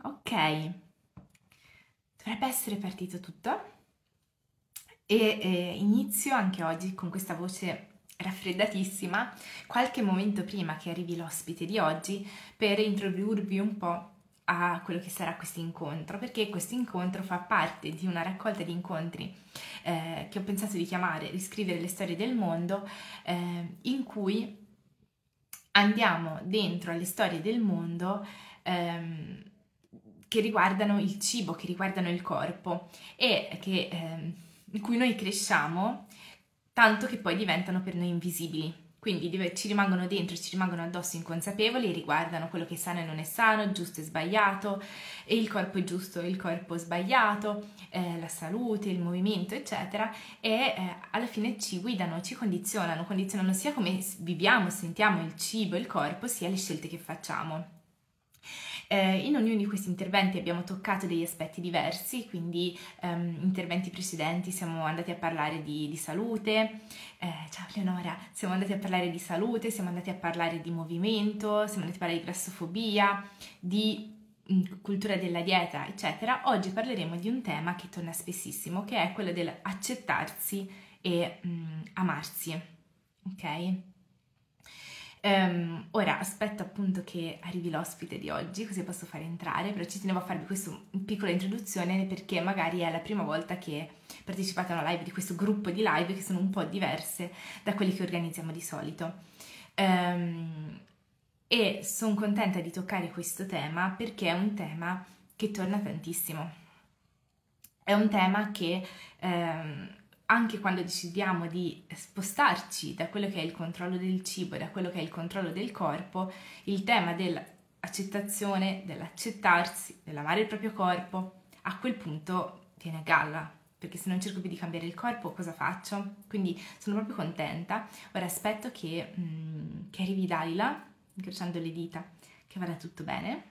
Ok, dovrebbe essere partito tutto e inizio anche oggi con questa voce raffreddatissima, qualche momento prima che arrivi l'ospite di oggi, per introdurvi un po' a quello che sarà questo incontro, perché questo incontro fa parte di una raccolta di incontri che ho pensato di chiamare Riscrivere le storie del mondo, in cui andiamo dentro alle storie del mondo che riguardano il cibo, che riguardano il corpo e in cui noi cresciamo tanto che poi diventano per noi invisibili. Quindi ci rimangono dentro, ci rimangono addosso inconsapevoli e riguardano quello che è sano e non è sano, giusto e sbagliato, e il corpo è giusto e il corpo è sbagliato, la salute, il movimento, eccetera, e alla fine ci guidano, ci condizionano sia come viviamo, sentiamo il cibo e il corpo, sia le scelte che facciamo. In ognuno di questi interventi abbiamo toccato degli aspetti diversi, quindi interventi precedenti siamo andati a parlare di salute, ciao Leonora, siamo andati a parlare di salute, siamo andati a parlare di movimento, siamo andati a parlare di grassofobia, di cultura della dieta, eccetera. Oggi parleremo di un tema che torna spessissimo, che è quello dell'accettarsi e amarsi, ok? Ora aspetto appunto che arrivi l'ospite di oggi, così posso fare entrare, però ci tenevo a farvi questa piccola introduzione perché magari è la prima volta che partecipate a una live di questo gruppo di live che sono un po' diverse da quelli che organizziamo di solito. E sono contenta di toccare questo tema perché è un tema che torna tantissimo. È un tema che anche quando decidiamo di spostarci da quello che è il controllo del cibo, da quello che è il controllo del corpo, il tema dell'accettazione, dell'accettarsi, dell'amare il proprio corpo, a quel punto viene a galla, perché se non cerco più di cambiare il corpo, cosa faccio? Quindi sono proprio contenta. Ora aspetto che arrivi Dalila, incrociando le dita, che vada tutto bene,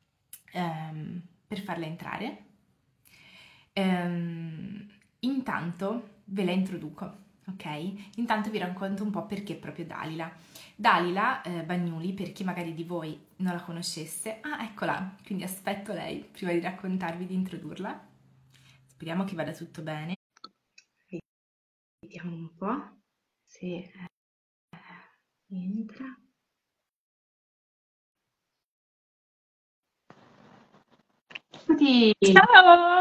per farla entrare. Intanto ve la introduco, ok? Intanto vi racconto un po' perché proprio Dalila. Dalila Bagnuli, per chi magari di voi non la conoscesse, eccola, quindi aspetto lei prima di raccontarvi, di introdurla. Speriamo che vada tutto bene. Vediamo un po' se entra. Ciao!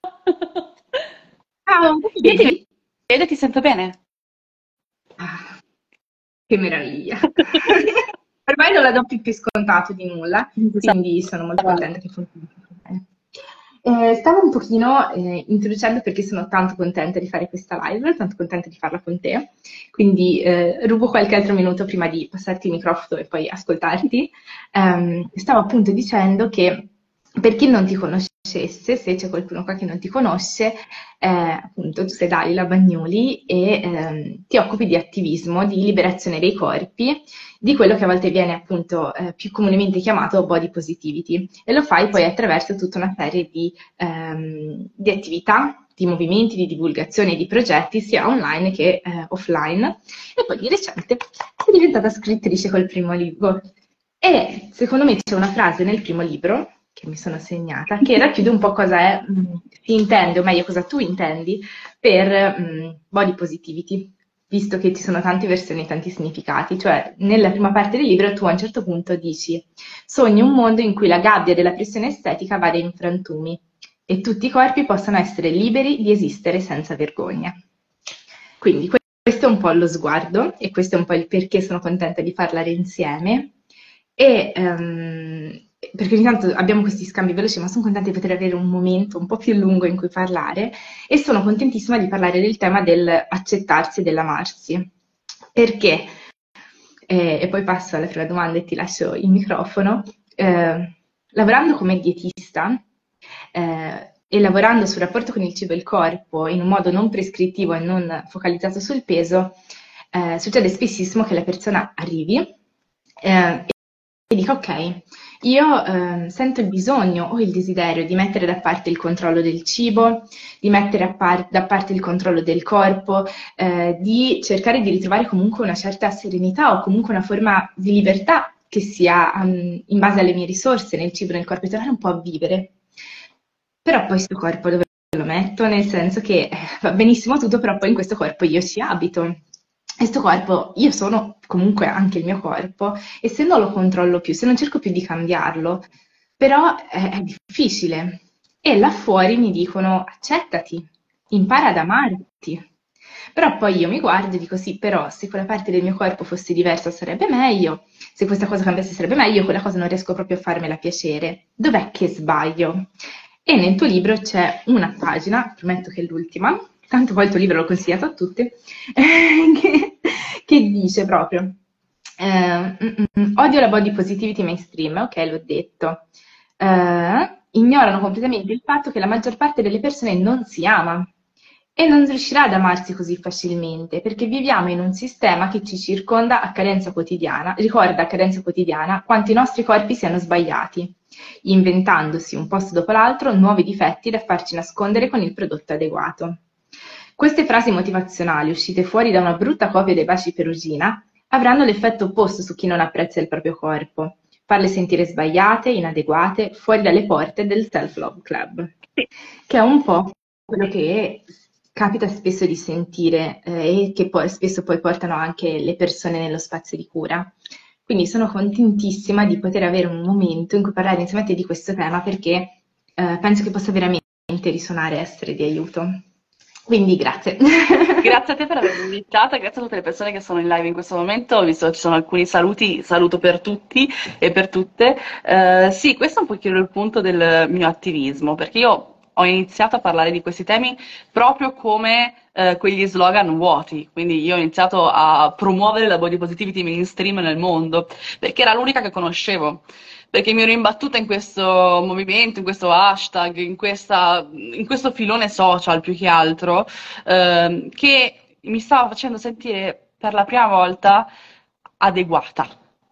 Ciao, mi Io ti vedi? vedo e ti sento bene. Ah, che meraviglia! Ormai non la do più per scontato di nulla, quindi sono molto contenta che funzioni bene. Stavo un pochino introducendo perché sono tanto contenta di fare questa live, tanto contenta di farla con te, quindi rubo qualche altro minuto prima di passarti il microfono e poi ascoltarti. Stavo appunto dicendo che per chi non ti conoscesse, se c'è qualcuno qua che non ti conosce, appunto tu sei Dalila Bagnoli e ti occupi di attivismo, di liberazione dei corpi, di quello che a volte viene appunto più comunemente chiamato body positivity e lo fai poi attraverso tutta una serie di attività, di movimenti, di divulgazione, di progetti sia online che offline e poi di recente sei diventata scrittrice col primo libro e secondo me c'è una frase nel primo libro che mi sono segnata che racchiude un po' cosa è, si intende, o meglio cosa tu intendi per body positivity, visto che ci sono tante versioni e tanti significati. Cioè, nella prima parte del libro tu a un certo punto dici: sogni un mondo in cui la gabbia della pressione estetica vada in frantumi e tutti i corpi possano essere liberi di esistere senza vergogna. Quindi questo è un po' lo sguardo e questo è un po' il perché sono contenta di parlare insieme. E, perché ogni tanto abbiamo questi scambi veloci, ma sono contenta di poter avere un momento un po' più lungo in cui parlare e sono contentissima di parlare del tema dell'accettarsi e dell'amarsi. Perché? E poi passo alla prima domanda e ti lascio il microfono. Lavorando come dietista e lavorando sul rapporto con il cibo e il corpo in un modo non prescrittivo e non focalizzato sul peso, succede spessissimo che la persona arrivi e dica: ok, io sento il bisogno o il desiderio di mettere da parte il controllo del cibo, di mettere da parte il controllo del corpo, di cercare di ritrovare comunque una certa serenità o comunque una forma di libertà che sia in base alle mie risorse, nel cibo, nel corpo, e tornare un po' a vivere. Però poi sto corpo dove lo metto? Nel senso che va benissimo tutto, però poi in questo corpo io ci abito. E sto corpo, io sono comunque anche il mio corpo, e se non lo controllo più, se non cerco più di cambiarlo, però è difficile. E là fuori mi dicono accettati, impara ad amarti. Però poi io mi guardo e dico sì, però se quella parte del mio corpo fosse diversa sarebbe meglio, se questa cosa cambiasse sarebbe meglio, quella cosa non riesco proprio a farmela piacere. Dov'è che sbaglio? E nel tuo libro c'è una pagina, prometto che è l'ultima, tanto poi il tuo libro l'ho consigliato a tutti, che dice proprio, odio la body positivity mainstream, ok, l'ho detto. Ignorano completamente il fatto che la maggior parte delle persone non si ama e non riuscirà ad amarsi così facilmente, perché viviamo in un sistema che ci circonda a cadenza quotidiana, ricorda a cadenza quotidiana quanto i nostri corpi siano sbagliati, inventandosi un posto dopo l'altro nuovi difetti da farci nascondere con il prodotto adeguato. Queste frasi motivazionali, uscite fuori da una brutta copia dei baci perugina, avranno l'effetto opposto su chi non apprezza il proprio corpo, farle sentire sbagliate, inadeguate, fuori dalle porte del self-love club, che è un po' quello che capita spesso di sentire e che poi spesso poi portano anche le persone nello spazio di cura. Quindi sono contentissima di poter avere un momento in cui parlare insieme a te di questo tema perché penso che possa veramente risuonare e essere di aiuto. Quindi grazie. Grazie a te per avermi invitata, grazie a tutte le persone che sono in live in questo momento, ho visto che ci sono alcuni saluti, saluto per tutti e per tutte. Sì, questo è un pochino il punto del mio attivismo, perché io ho iniziato a parlare di questi temi proprio come quegli slogan vuoti, quindi io ho iniziato a promuovere la body positivity mainstream nel mondo, perché era l'unica che conoscevo. Perché mi ero imbattuta in questo movimento, in questo hashtag, in questo filone social più che altro, che mi stava facendo sentire per la prima volta adeguata.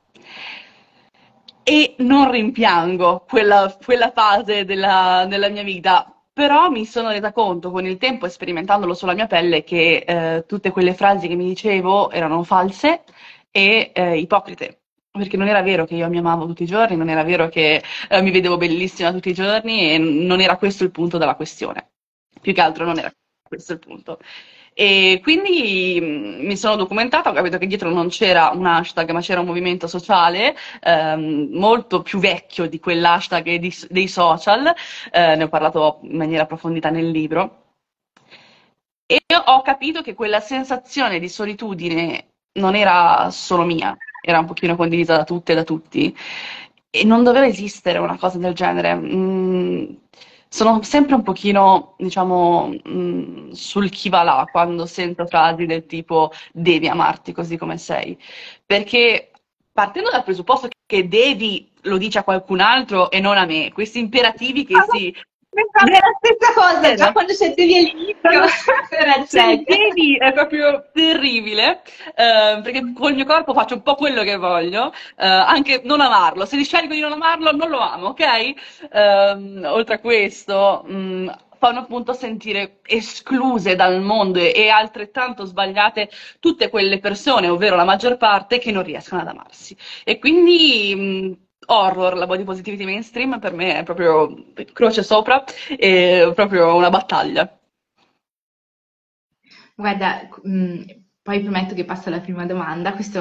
E non rimpiango quella fase della mia vita, però mi sono resa conto con il tempo, e sperimentandolo sulla mia pelle, che tutte quelle frasi che mi dicevo erano false e ipocrite. Perché non era vero che io mi amavo tutti i giorni, non era vero che mi vedevo bellissima tutti i giorni e non era questo il punto della questione. Più che altro non era questo il punto. E quindi mi sono documentata, ho capito che dietro non c'era un hashtag, ma c'era un movimento sociale molto più vecchio di quell'hashtag e dei social, ne ho parlato in maniera approfondita nel libro. E ho capito che quella sensazione di solitudine non era solo mia, era un pochino condivisa da tutte e da tutti. E non doveva esistere una cosa del genere. Sono sempre un pochino, diciamo, sul chi va là quando sento frasi del tipo devi amarti così come sei. Perché partendo dal presupposto che devi lo dice a qualcun altro e non a me, questi imperativi che si Pensavo la stessa cosa, già quando scendevi all'inizio. cioè, devi è proprio terribile, perché col mio corpo faccio un po' quello che voglio, anche non amarlo. Se scelgo di non amarlo, non lo amo, ok? Oltre a questo, fanno appunto sentire escluse dal mondo e altrettanto sbagliate tutte quelle persone, ovvero la maggior parte, che non riescono ad amarsi. E quindi horror, la body positivity mainstream per me è proprio croce sopra, è proprio una battaglia. Guarda, poi prometto che passo alla prima domanda. Questo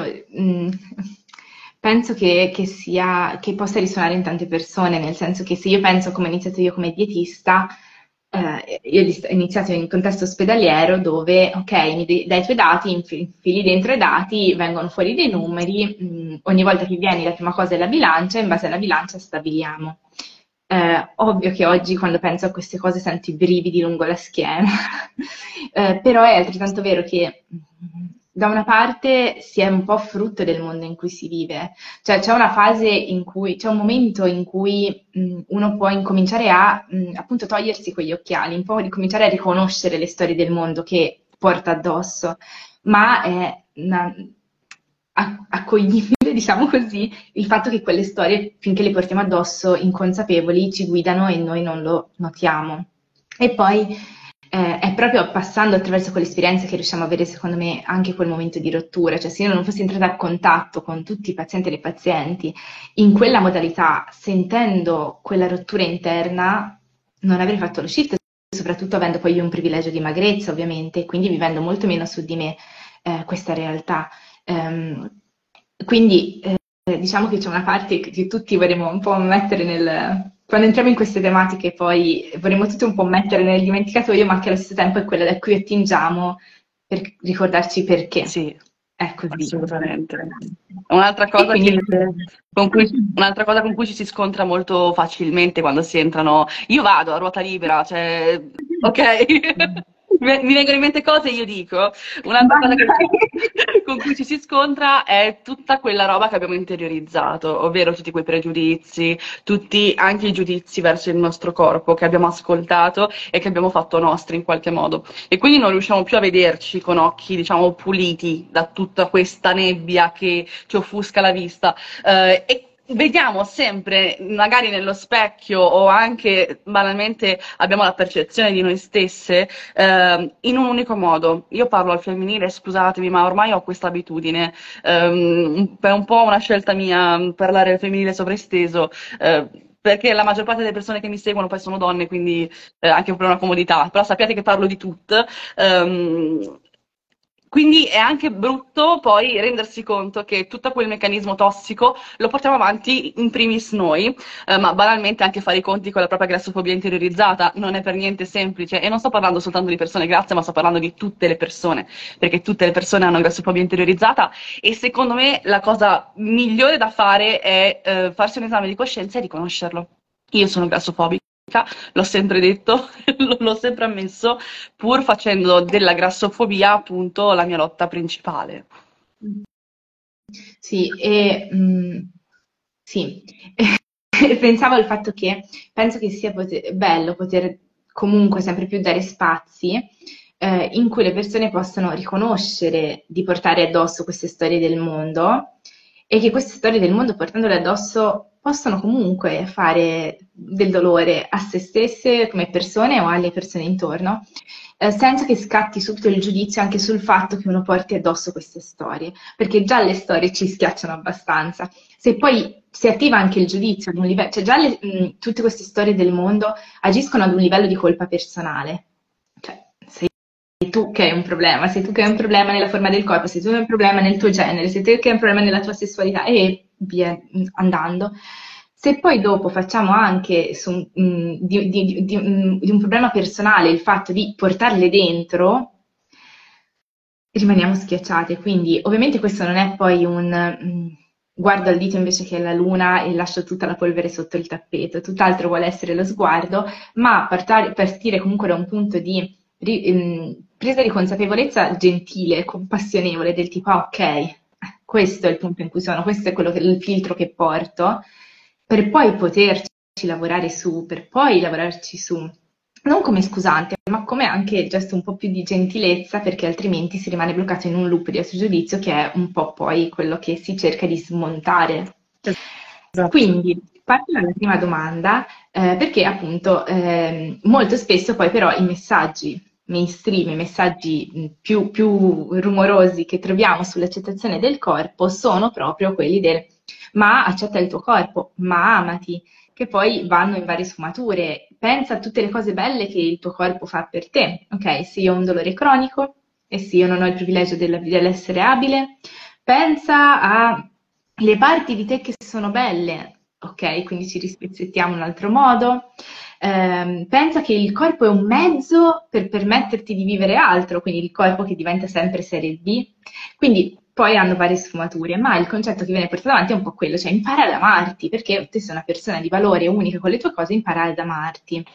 penso che sia, che possa risuonare in tante persone, nel senso che se io penso come ho iniziato io come dietista, io ho iniziato in contesto ospedaliero dove, ok, dai i tuoi dati, infili dentro i dati, vengono fuori dei numeri, ogni volta che vieni la prima cosa è la bilancia, e in base alla bilancia stabiliamo. Ovvio che oggi quando penso a queste cose sento i brividi lungo la schiena, però è altrettanto vero che da una parte si è un po' frutto del mondo in cui si vive, cioè c'è una fase in cui, c'è un momento in cui uno può incominciare a appunto togliersi quegli occhiali, un po' ricominciare a riconoscere le storie del mondo che porta addosso, ma è accoglibile, diciamo così, il fatto che quelle storie, finché le portiamo addosso inconsapevoli, ci guidano e noi non lo notiamo. E poi è proprio passando attraverso quell'esperienza che riusciamo a avere, secondo me, anche quel momento di rottura. Cioè, se io non fossi entrata a contatto con tutti i pazienti e le pazienti in quella modalità, sentendo quella rottura interna, non avrei fatto lo shift, soprattutto avendo poi io un privilegio di magrezza, ovviamente, e quindi vivendo molto meno su di me questa realtà. Quindi diciamo che c'è una parte che tutti vorremmo un po' mettere nel... Quando entriamo in queste tematiche poi vorremmo tutti un po' mettere nel dimenticatoio, ma che allo stesso tempo è quella da cui attingiamo per ricordarci perché. Sì, È così. assolutamente. Un'altra E cosa quindi... un'altra cosa con cui ci si scontra molto facilmente quando si entrano. Io vado a ruota libera, cioè, ok, mi vengono in mente cose e io dico. Un'altra cosa con cui ci si scontra è tutta quella roba che abbiamo interiorizzato, ovvero tutti quei pregiudizi, tutti anche i giudizi verso il nostro corpo che abbiamo ascoltato e che abbiamo fatto nostri in qualche modo. E quindi non riusciamo più a vederci con occhi, diciamo, puliti da tutta questa nebbia che ci offusca la vista. E vediamo sempre, magari nello specchio o anche banalmente abbiamo la percezione di noi stesse in un unico modo. Io parlo al femminile, scusatemi, ma ormai ho questa abitudine, è un po' una scelta mia parlare al femminile sovraesteso. Perché la maggior parte delle persone che mi seguono poi sono donne, quindi anche per una comodità, però sappiate che parlo di tutto. Quindi è anche brutto poi rendersi conto che tutto quel meccanismo tossico lo portiamo avanti in primis noi, ma banalmente anche fare i conti con la propria grassofobia interiorizzata non è per niente semplice e non sto parlando soltanto di persone grasse, ma sto parlando di tutte le persone, perché tutte le persone hanno grassofobia interiorizzata e secondo me la cosa migliore da fare è farsi un esame di coscienza e riconoscerlo. Io sono grassofobica. L'ho sempre detto, l'ho sempre ammesso, pur facendo della grassofobia appunto la mia lotta principale. Sì, sì. Pensavo al fatto che penso che sia bello poter comunque sempre più dare spazi in cui le persone possano riconoscere di portare addosso queste storie del mondo e che queste storie del mondo, portandole addosso, possono comunque fare del dolore a se stesse come persone o alle persone intorno, senza che scatti subito il giudizio anche sul fatto che uno porti addosso queste storie, perché già le storie ci schiacciano abbastanza. Se poi si attiva anche il giudizio ad un livello, cioè già tutte queste storie del mondo agiscono ad un livello di colpa personale. Cioè, sei tu che hai un problema, sei tu che hai un problema nella forma del corpo, sei tu che hai un problema nel tuo genere, sei tu che hai un problema nella tua sessualità e via andando. Se poi dopo facciamo anche di un problema personale il fatto di portarle dentro, rimaniamo schiacciate. Quindi ovviamente questo non è poi guardo al dito invece che alla luna e lascio tutta la polvere sotto il tappeto, tutt'altro vuole essere lo sguardo, ma partire comunque da un punto di presa di consapevolezza gentile, compassionevole, del tipo, ah, ok, questo è il punto in cui sono, questo è il filtro che porto, per poi poterci lavorare su, per poi lavorarci su, non come scusante, ma come anche gesto un po' più di gentilezza, perché altrimenti si rimane bloccato in un loop di autogiudizio che è un po' poi quello che si cerca di smontare. Esatto. Quindi, parto dalla prima domanda, perché appunto molto spesso poi però i messaggi mainstream, i messaggi più rumorosi che troviamo sull'accettazione del corpo sono proprio quelli del ma accetta il tuo corpo, ma amati, che poi vanno in varie sfumature. Pensa a tutte le cose belle che il tuo corpo fa per te. Ok, se io ho un dolore cronico e se io non ho il privilegio dell'essere abile, pensa alle parti di te che sono belle, ok? Quindi ci rispezzettiamo in un altro modo. Pensa che il corpo è un mezzo per permetterti di vivere altro, quindi il corpo che diventa sempre serie B. Quindi poi hanno varie sfumature, ma il concetto che viene portato avanti è un po' quello, cioè impara ad amarti, perché te sei una persona di valore unica con le tue cose, impara ad amarti.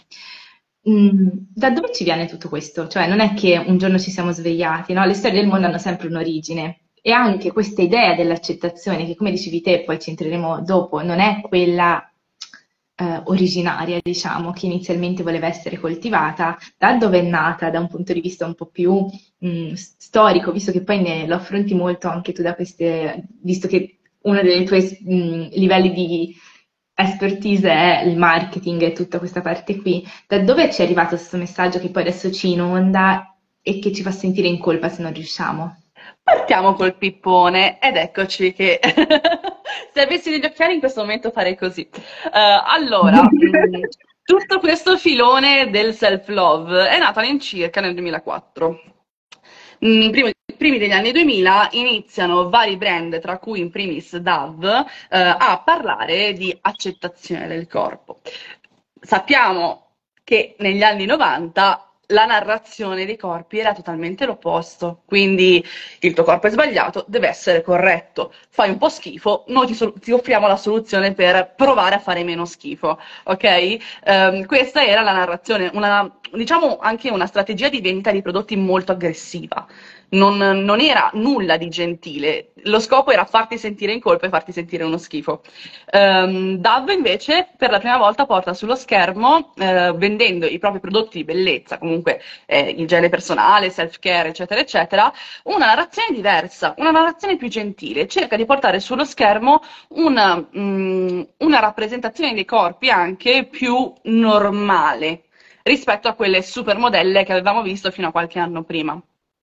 Da dove ci viene tutto questo? Cioè non è che un giorno ci siamo svegliati, no? Le storie del mondo hanno sempre un'origine e anche questa idea dell'accettazione, che come dicevi te, poi ci entreremo dopo, non è quella originaria, diciamo, che inizialmente voleva essere coltivata, da dove è nata, da un punto di vista un po' più storico, visto che poi lo affronti molto anche tu da queste, visto che uno dei tuoi livelli di expertise è il marketing e tutta questa parte qui, da dove ci è arrivato questo messaggio che poi adesso ci inonda e che ci fa sentire in colpa se non riusciamo? Partiamo col pippone ed eccoci che se avessi degli occhiali in questo momento farei così. Allora, tutto questo filone del self-love è nato all'incirca nel 2004. Primi degli anni 2000 iniziano vari brand, tra cui in primis Dove, a parlare di accettazione del corpo. Sappiamo che negli anni 90 la narrazione dei corpi era totalmente l'opposto, quindi il tuo corpo è sbagliato, deve essere corretto, fai un po' schifo, noi ti offriamo la soluzione per provare a fare meno schifo, ok? Questa era la narrazione, diciamo anche una strategia di vendita di prodotti molto aggressiva. Non era nulla di gentile, lo scopo era farti sentire in colpa e farti sentire uno schifo. Dove invece per la prima volta porta sullo schermo, vendendo i propri prodotti di bellezza, comunque igiene personale, self-care, eccetera, eccetera, una narrazione diversa, una narrazione più gentile, cerca di portare sullo schermo una rappresentazione dei corpi anche più normale rispetto a quelle supermodelle che avevamo visto fino a qualche anno prima.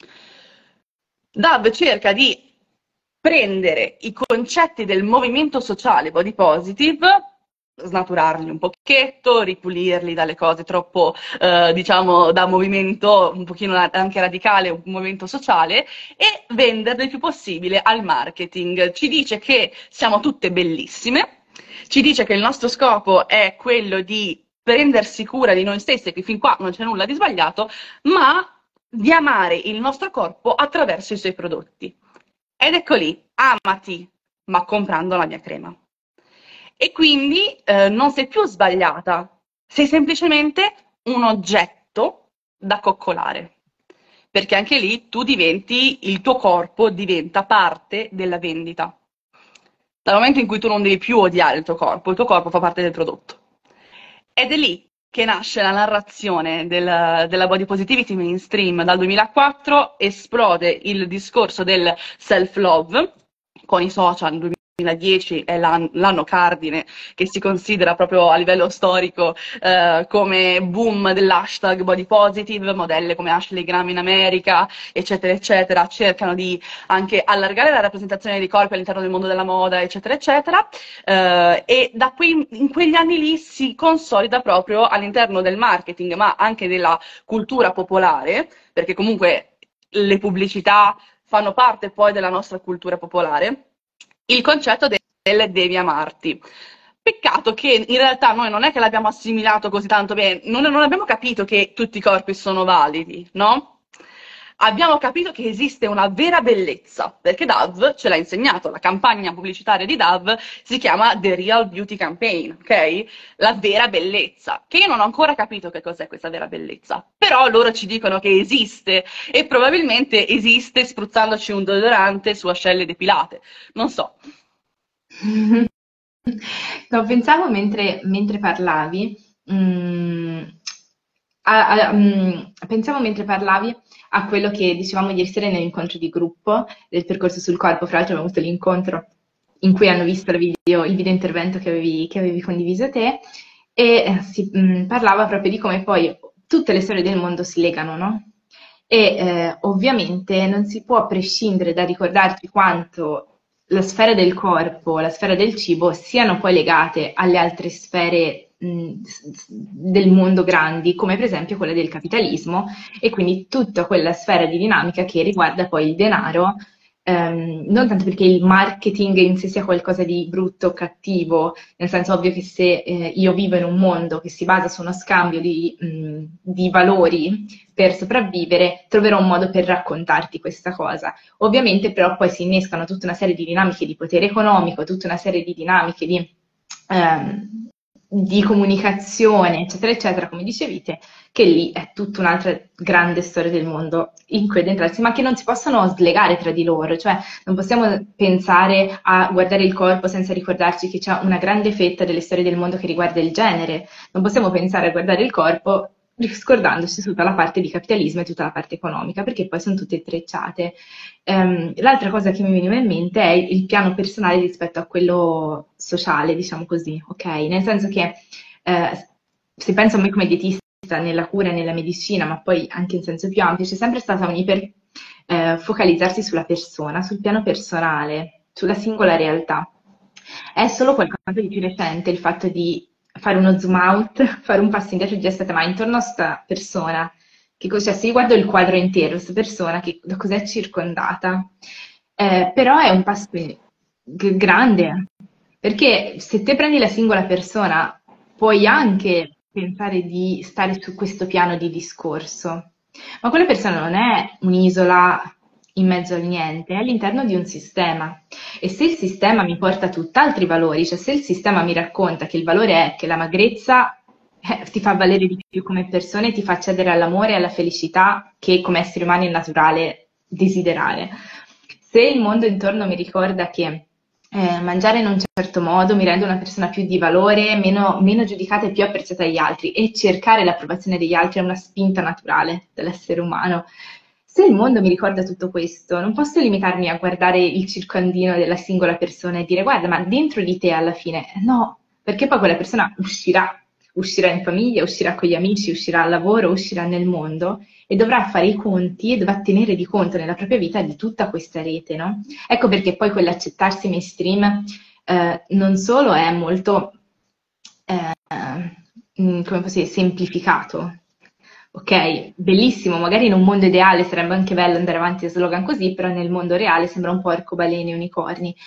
Dove cerca di prendere i concetti del movimento sociale body positive, snaturarli un pochetto, ripulirli dalle cose troppo, diciamo, da movimento un pochino anche radicale, un movimento sociale, e venderli il più possibile al marketing. Ci dice che siamo tutte bellissime, ci dice che il nostro scopo è quello di prendersi cura di noi stesse, che fin qua non c'è nulla di sbagliato, ma di amare il nostro corpo attraverso i suoi prodotti. Ed ecco lì, amati, ma comprando la mia crema. E quindi non sei più sbagliata, sei semplicemente un oggetto da coccolare. Perché anche lì il tuo corpo diventa parte della vendita. Dal momento in cui tu non devi più odiare il tuo corpo fa parte del prodotto. Ed è lì che nasce la narrazione della body positivity mainstream. Dal 2004 esplode il discorso del self-love con i social. 2010 è l'anno cardine che si considera proprio a livello storico come boom dell'hashtag body positive, modelle come Ashley Graham in America, eccetera, eccetera, cercano di anche allargare la rappresentazione dei corpi all'interno del mondo della moda, eccetera, eccetera, e da in quegli anni lì si consolida proprio all'interno del marketing, ma anche della cultura popolare, perché comunque le pubblicità fanno parte poi della nostra cultura popolare, il concetto del devi amarti. Peccato che in realtà noi non è che l'abbiamo assimilato così tanto bene, non abbiamo capito che tutti i corpi sono validi, no? Abbiamo capito che esiste una vera bellezza, perché Dove ce l'ha insegnato, la campagna pubblicitaria di Dove si chiama The Real Beauty Campaign, ok? La vera bellezza, che io non ho ancora capito che cos'è questa vera bellezza, però loro ci dicono che esiste e probabilmente esiste spruzzandoci un deodorante su ascelle depilate, non so. No, pensavo mentre parlavi, pensavo mentre parlavi a quello che dicevamo ieri sera nell'incontro di gruppo del percorso sul corpo. Fra l'altro abbiamo avuto l'incontro in cui hanno visto il video intervento che avevi condiviso te e si parlava proprio di come poi tutte le storie del mondo si legano, no? E ovviamente non si può prescindere da ricordarci quanto la sfera del corpo, la sfera del cibo siano poi legate alle altre sfere del mondo grandi, come per esempio quella del capitalismo, e quindi tutta quella sfera di dinamica che riguarda poi il denaro, non tanto perché il marketing in sé sia qualcosa di brutto o cattivo, nel senso ovvio che se io vivo in un mondo che si basa su uno scambio di valori per sopravvivere, troverò un modo per raccontarti questa cosa. Ovviamente però poi si innescano tutta una serie di dinamiche di potere economico, tutta una serie di dinamiche di comunicazione, eccetera, eccetera, come dicevi te, che lì è tutta un'altra grande storia del mondo in cui entrarsi, ma che non si possono slegare tra di loro, cioè non possiamo pensare a guardare il corpo senza ricordarci che c'è una grande fetta delle storie del mondo che riguarda il genere, non possiamo pensare a guardare il corpo scordandosi tutta la parte di capitalismo e tutta la parte economica, perché poi sono tutte intrecciate. L'altra cosa che mi veniva in mente è il piano personale rispetto a quello sociale, diciamo così, ok? Nel senso che se penso a me come dietista nella cura e nella medicina, ma poi anche in senso più ampio, c'è sempre stata un'iper focalizzarsi sulla persona, sul piano personale, sulla singola realtà. È solo qualcosa di più recente il fatto di fare uno zoom out, fare un passo indietro e dire aspetta, ma intorno a sta persona, che cosa, cioè, se io guardo il quadro intero, questa persona, da cos'è circondata? Però è un passo grande, perché se te prendi la singola persona, puoi anche pensare di stare su questo piano di discorso, ma quella persona non è un'isola in mezzo al niente, è all'interno di un sistema. E se il sistema mi porta a tutt'altri valori, cioè se il sistema mi racconta che il valore è che la magrezza ti fa valere di più come persona e ti fa accedere all'amore e alla felicità che come esseri umani è naturale desiderare. Se il mondo intorno mi ricorda che mangiare in un certo modo mi rende una persona più di valore, meno giudicata e più apprezzata dagli altri, e cercare l'approvazione degli altri è una spinta naturale dell'essere umano. Se il mondo mi ricorda tutto questo, non posso limitarmi a guardare il circondino della singola persona e dire guarda, ma dentro di te alla fine no, perché poi quella persona uscirà in famiglia, uscirà con gli amici, uscirà al lavoro, uscirà nel mondo e dovrà fare i conti e dovrà tenere di conto nella propria vita di tutta questa rete, no? Ecco perché poi quell'accettarsi mainstream non solo è molto, come posso dire, semplificato. Ok, bellissimo, magari in un mondo ideale sarebbe anche bello andare avanti a slogan così, però nel mondo reale sembra un po' arcobaleni e unicorni.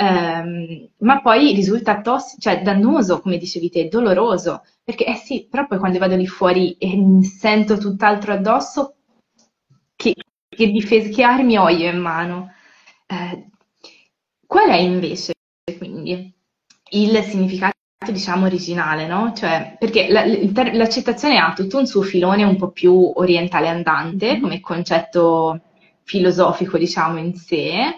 Ma poi risulta tossico, cioè dannoso, come dicevi te, doloroso, perché eh sì, però poi quando vado lì fuori e sento tutt'altro addosso, che, che armi ho io in mano? Eh, Qual è invece, quindi, il significato, diciamo, originale, no? Cioè, perché l'accettazione ha tutto un suo filone un po' più orientale andante, come concetto filosofico, diciamo, in sé,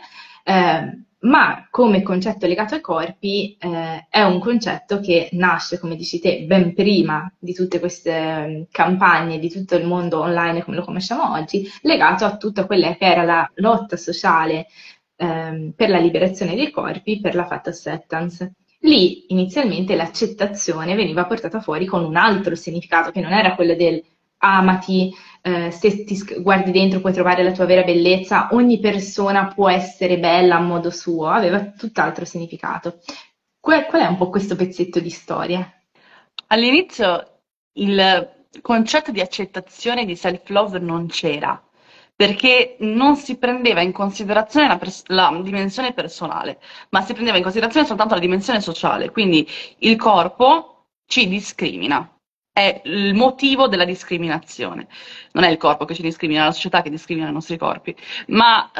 ma come concetto legato ai corpi, è un concetto che nasce, come dici te, ben prima di tutte queste campagne, di tutto il mondo online come lo conosciamo oggi, legato a tutta quella che era la lotta sociale per la liberazione dei corpi, per la fat acceptance. Lì inizialmente l'accettazione veniva portata fuori con un altro significato che non era quello del amati, se ti guardi dentro puoi trovare la tua vera bellezza, ogni persona può essere bella a modo suo, aveva tutt'altro significato. Qual è un po' questo pezzetto di storia? All'inizio il concetto di accettazione e di self-love non c'era, perché non si prendeva in considerazione la dimensione personale, ma si prendeva in considerazione soltanto la dimensione sociale. Quindi il corpo ci discrimina, è il motivo della discriminazione. Non è il corpo che ci discrimina, è la società che discrimina i nostri corpi, ma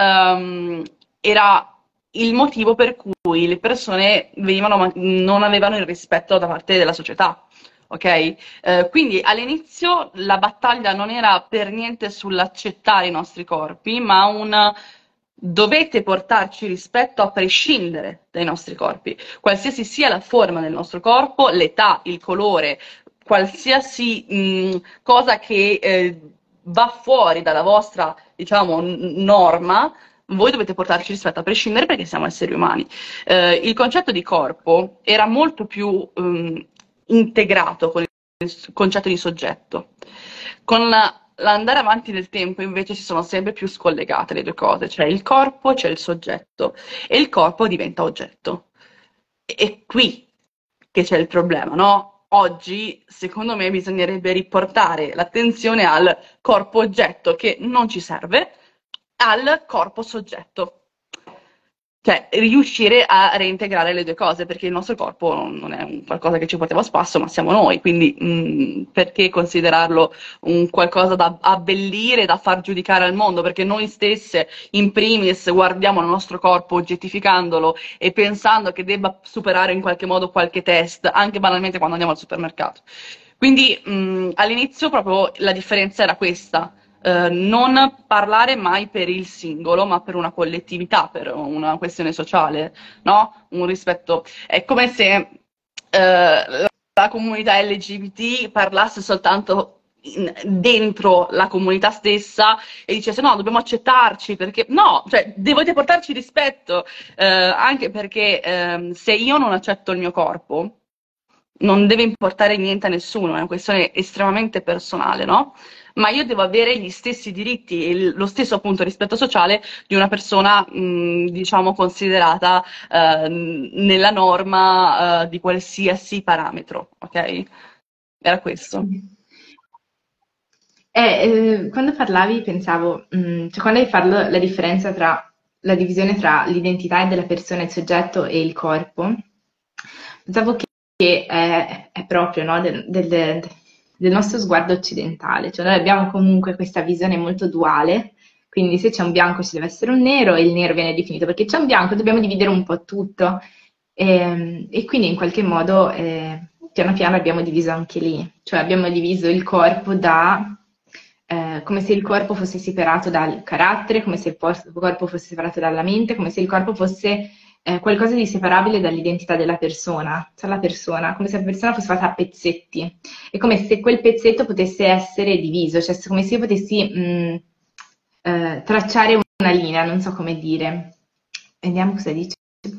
era il motivo per cui le persone non avevano il rispetto da parte della società. Ok? Quindi all'inizio la battaglia non era per niente sull'accettare i nostri corpi, ma un dovete portarci rispetto a prescindere dai nostri corpi, qualsiasi sia la forma del nostro corpo, l'età, il colore, qualsiasi cosa che va fuori dalla vostra, diciamo, norma, voi dovete portarci rispetto a prescindere perché siamo esseri umani. Il concetto di corpo era molto più integrato con il concetto di soggetto. Con l'andare avanti del tempo invece si sono sempre più scollegate le due cose, cioè il corpo c'è il soggetto e il corpo diventa oggetto. È qui che c'è il problema, no? Oggi, secondo me, bisognerebbe riportare l'attenzione al corpo oggetto che non ci serve, al corpo soggetto. Cioè, riuscire a reintegrare le due cose, perché il nostro corpo non è un qualcosa che ci portiamo a spasso, ma siamo noi, quindi perché considerarlo un qualcosa da abbellire, da far giudicare al mondo? Perché noi stesse, in primis, guardiamo il nostro corpo oggettificandolo e pensando che debba superare in qualche modo qualche test, anche banalmente quando andiamo al supermercato. Quindi all'inizio proprio la differenza era questa. Non parlare mai per il singolo, ma per una collettività, per una questione sociale, no? Un rispetto. È come se la comunità LGBT parlasse soltanto dentro la comunità stessa e dicesse no, dobbiamo accettarci perché no, cioè dovete portarci rispetto, anche perché se io non accetto il mio corpo non deve importare niente a nessuno, è una questione estremamente personale, no? Ma io devo avere gli stessi diritti e lo stesso appunto rispetto sociale di una persona, diciamo, considerata nella norma di qualsiasi parametro, ok? Era questo. Quando parlavi pensavo, cioè quando hai fatto la differenza tra la divisione tra l'identità della persona, il soggetto e il corpo, pensavo che è proprio, no, del nostro sguardo occidentale, cioè noi abbiamo comunque questa visione molto duale, quindi se c'è un bianco ci deve essere un nero e il nero viene definito perché c'è un bianco, dobbiamo dividere un po' tutto. E quindi in qualche modo piano piano abbiamo diviso anche lì, cioè abbiamo diviso il corpo da, come se il corpo fosse separato dal carattere, come se il corpo fosse separato dalla mente, come se il corpo fosse qualcosa di separabile dall'identità della persona, cioè la persona, come se la persona fosse fatta a pezzetti. È come se quel pezzetto potesse essere diviso, cioè come se io potessi tracciare una linea, non so come dire. Vediamo cosa dice.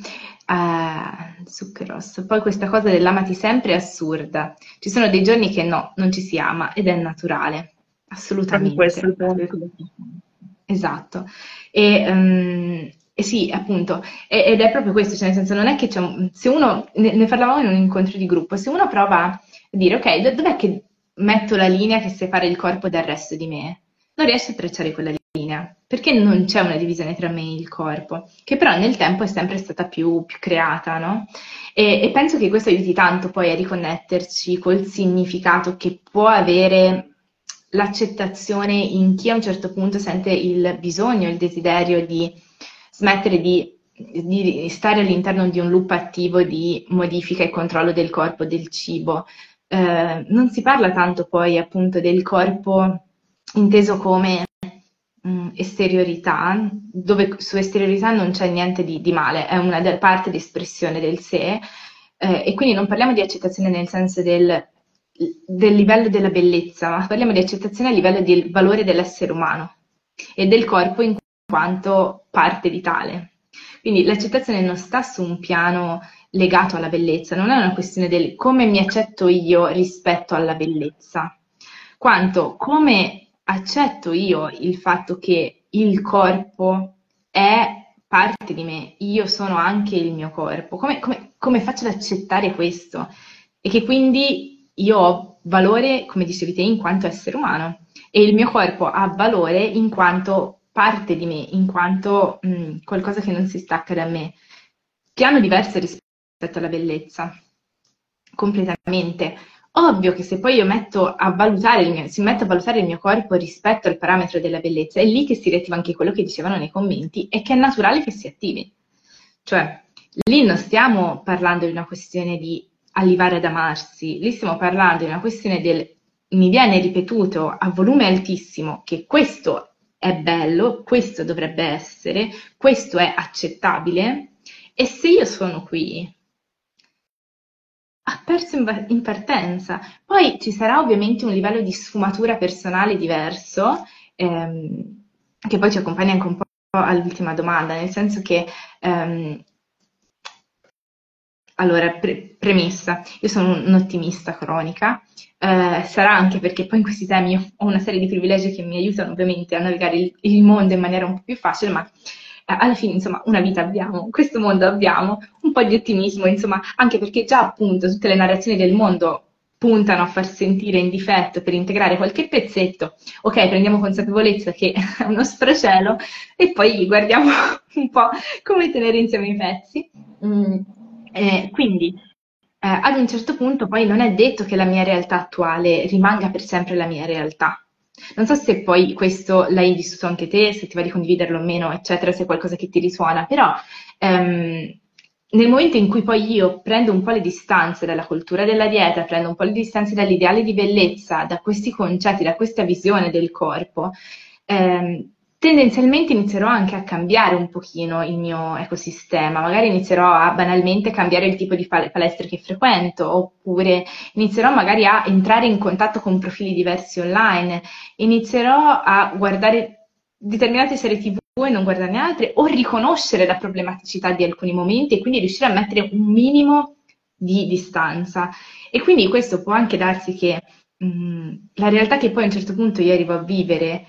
Zuccheros. Poi questa cosa dell'amati sempre è assurda. Ci sono dei giorni che no, non ci si ama ed è naturale. Proprio questo è Assolutamente. il punto. Esatto. E sì, appunto, ed è proprio questo, cioè nel senso non è che c'è se uno, ne parlavamo in un incontro di gruppo, se uno prova a dire ok, dov'è che metto la linea che separa il corpo dal resto di me? Non riesce a tracciare quella linea, perché non c'è una divisione tra me e il corpo, che però nel tempo è sempre stata più creata, no? E penso che questo aiuti tanto poi a riconnetterci col significato che può avere l'accettazione in chi a un certo punto sente il bisogno, il desiderio di smettere di stare all'interno di un loop attivo di modifica e controllo del corpo, del cibo. Non si parla tanto poi appunto del corpo inteso come esteriorità, dove su esteriorità non c'è niente di male, è una parte di espressione del sé, e quindi non parliamo di accettazione nel senso del livello della bellezza, ma parliamo di accettazione a livello del valore dell'essere umano e del corpo in quanto parte vitale. Quindi l'accettazione non sta su un piano legato alla bellezza, non è una questione del come mi accetto io rispetto alla bellezza, quanto come accetto io il fatto che il corpo è parte di me, io sono anche il mio corpo, come faccio ad accettare questo? E che quindi io ho valore, come dicevi te, in quanto essere umano e il mio corpo ha valore in quanto parte di me, in quanto qualcosa che non si stacca da me, che hanno diverse rispetto alla bellezza, completamente. Ovvio che se poi io metto a valutare si mette a valutare il mio corpo rispetto al parametro della bellezza, è lì che si riattiva anche quello che dicevano nei commenti e che è naturale che si attivi. Cioè, lì non stiamo parlando di una questione di arrivare ad amarsi, lì stiamo parlando di una questione del mi viene ripetuto a volume altissimo che questo è bello, questo dovrebbe essere, questo è accettabile e se io sono qui ha perso in partenza. Poi ci sarà ovviamente un livello di sfumatura personale diverso, che poi ci accompagna anche un po' all'ultima domanda, nel senso che, allora, premessa, io sono un'ottimista cronica, sarà anche perché poi in questi temi io ho una serie di privilegi che mi aiutano ovviamente a navigare il mondo in maniera un po' più facile, ma alla fine, insomma, una vita abbiamo, questo mondo abbiamo, un po' di ottimismo, insomma, anche perché già appunto tutte le narrazioni del mondo puntano a far sentire in difetto per integrare qualche pezzetto, ok, prendiamo consapevolezza che è uno stracielo e poi guardiamo un po' come tenere insieme i pezzi. Quindi ad un certo punto poi non è detto che la mia realtà attuale rimanga per sempre la mia realtà. Non so se poi questo l'hai vissuto anche te, se ti va di condividerlo o meno, eccetera, se è qualcosa che ti risuona, però nel momento in cui poi io prendo un po' le distanze dalla cultura della dieta, prendo un po' le distanze dall'ideale di bellezza, da questi concetti, da questa visione del corpo, tendenzialmente inizierò anche a cambiare un pochino il mio ecosistema, magari inizierò a banalmente cambiare il tipo di palestre che frequento, oppure inizierò magari a entrare in contatto con profili diversi online, inizierò a guardare determinate serie TV e non guardarne altre, o riconoscere la problematicità di alcuni momenti e quindi riuscire a mettere un minimo di distanza. E quindi questo può anche darsi che la realtà che poi a un certo punto io arrivo a vivere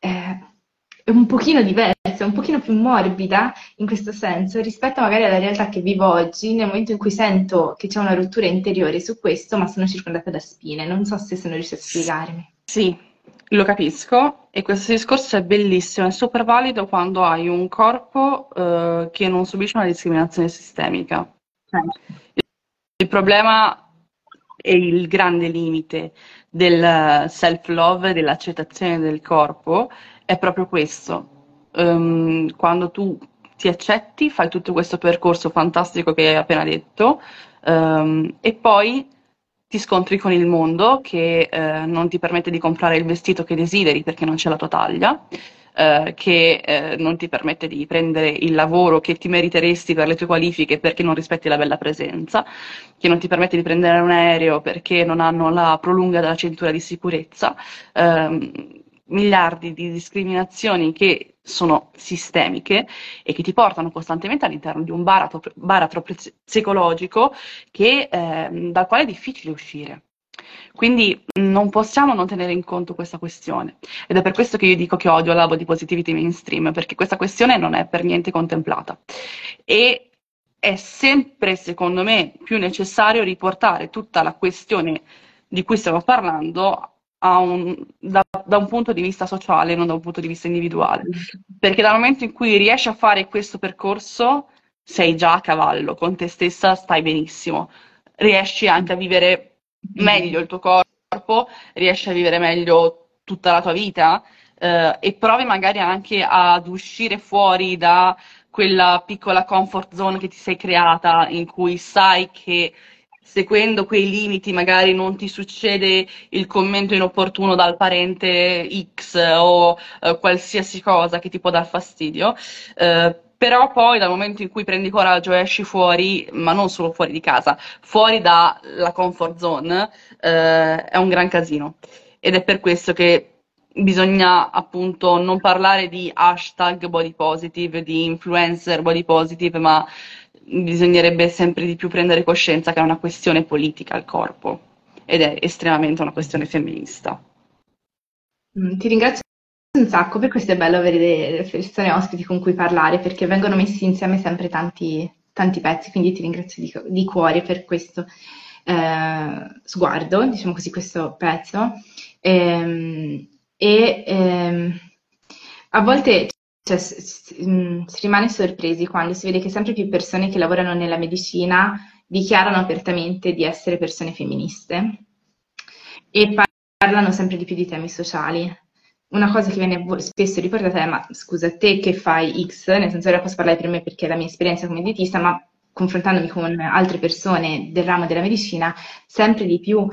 è un pochino diversa, un pochino più morbida in questo senso rispetto magari alla realtà che vivo oggi, nel momento in cui sento che c'è una rottura interiore su questo, ma sono circondata da spine. Non so se sono riuscita a spiegarmi. Sì, lo capisco e questo discorso è bellissimo, è super valido quando hai un corpo che non subisce una discriminazione sistemica. Certo. Il problema e il grande limite del self-love, dell'accettazione del corpo, è proprio questo. Quando tu ti accetti, fai tutto questo percorso fantastico che hai appena detto, e poi ti scontri con il mondo che non ti permette di comprare il vestito che desideri perché non c'è la tua taglia, che non ti permette di prendere il lavoro che ti meriteresti per le tue qualifiche perché non rispetti la bella presenza, che non ti permette di prendere un aereo perché non hanno la prolunga della cintura di sicurezza, miliardi di discriminazioni che sono sistemiche e che ti portano costantemente all'interno di un baratro psicologico dal quale è difficile uscire. Quindi non possiamo non tenere in conto questa questione ed è per questo che io dico che odio la body positivity mainstream, perché questa questione non è per niente contemplata e è sempre, secondo me, più necessario riportare tutta la questione di cui stiamo parlando da un punto di vista sociale, non da un punto di vista individuale, perché dal momento in cui riesci a fare questo percorso sei già a cavallo, con te stessa stai benissimo, riesci anche a vivere meglio il tuo corpo, riesci a vivere meglio tutta la tua vita e provi magari anche ad uscire fuori da quella piccola comfort zone che ti sei creata, in cui sai che seguendo quei limiti magari non ti succede il commento inopportuno dal parente X o qualsiasi cosa che ti può dar fastidio. Però poi dal momento in cui prendi coraggio e esci fuori, ma non solo fuori di casa, fuori dalla comfort zone, è un gran casino. Ed è per questo che bisogna appunto non parlare di hashtag body positive, di influencer body positive, ma bisognerebbe sempre di più prendere coscienza che è una questione politica il corpo ed è estremamente una questione femminista. Ti ringrazio un sacco, per questo è bello avere delle persone ospiti con cui parlare, perché vengono messi insieme sempre tanti pezzi, quindi ti ringrazio di cuore per questo sguardo, diciamo così, questo pezzo. A volte cioè, si rimane sorpresi quando si vede che sempre più persone che lavorano nella medicina dichiarano apertamente di essere persone femministe e parlano sempre di più di temi sociali. Una cosa che viene spesso riportata è: ma scusa, te che fai X, nel senso, ora posso parlare per me perché è la mia esperienza come dietista, ma confrontandomi con altre persone del ramo della medicina, sempre di più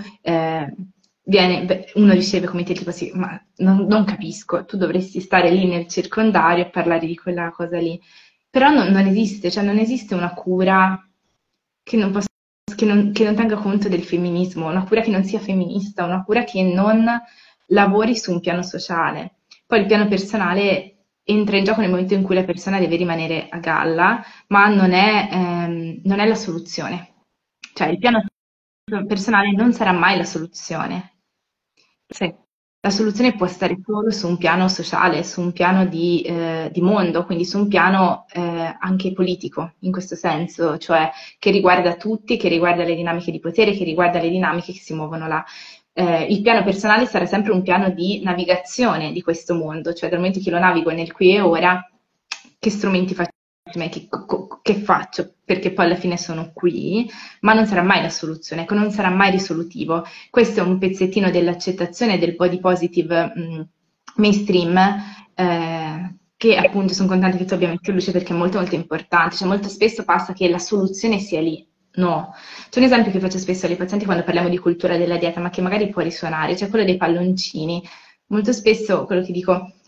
uno riceve come te tipo sì, ma non capisco, tu dovresti stare lì nel circondario e parlare di quella cosa lì. Però non esiste, cioè non esiste una cura che non possa che non tenga conto del femminismo, una cura che non sia femminista, una cura che non lavori su un piano sociale. Poi il piano personale entra in gioco nel momento in cui la persona deve rimanere a galla, ma non è la soluzione. Cioè il piano personale non sarà mai la soluzione. Sì. La soluzione può stare solo su un piano sociale, su un piano di mondo, quindi su un piano anche politico, in questo senso, cioè che riguarda tutti, che riguarda le dinamiche di potere, che riguarda le dinamiche che si muovono là. Il piano personale sarà sempre un piano di navigazione di questo mondo, cioè dal momento che lo navigo nel qui e ora, che strumenti faccio, che faccio, perché poi alla fine sono qui, ma non sarà mai la soluzione, ecco, non sarà mai risolutivo. Questo è un pezzettino dell'accettazione del body positive mainstream, che appunto sono contenta che tu abbia messo in luce perché è molto molto importante, cioè molto spesso passa che la soluzione sia lì. No, c'è un esempio che faccio spesso alle pazienti quando parliamo di cultura della dieta, ma che magari può risuonare, cioè quello dei palloncini. Molto spesso quello che dico,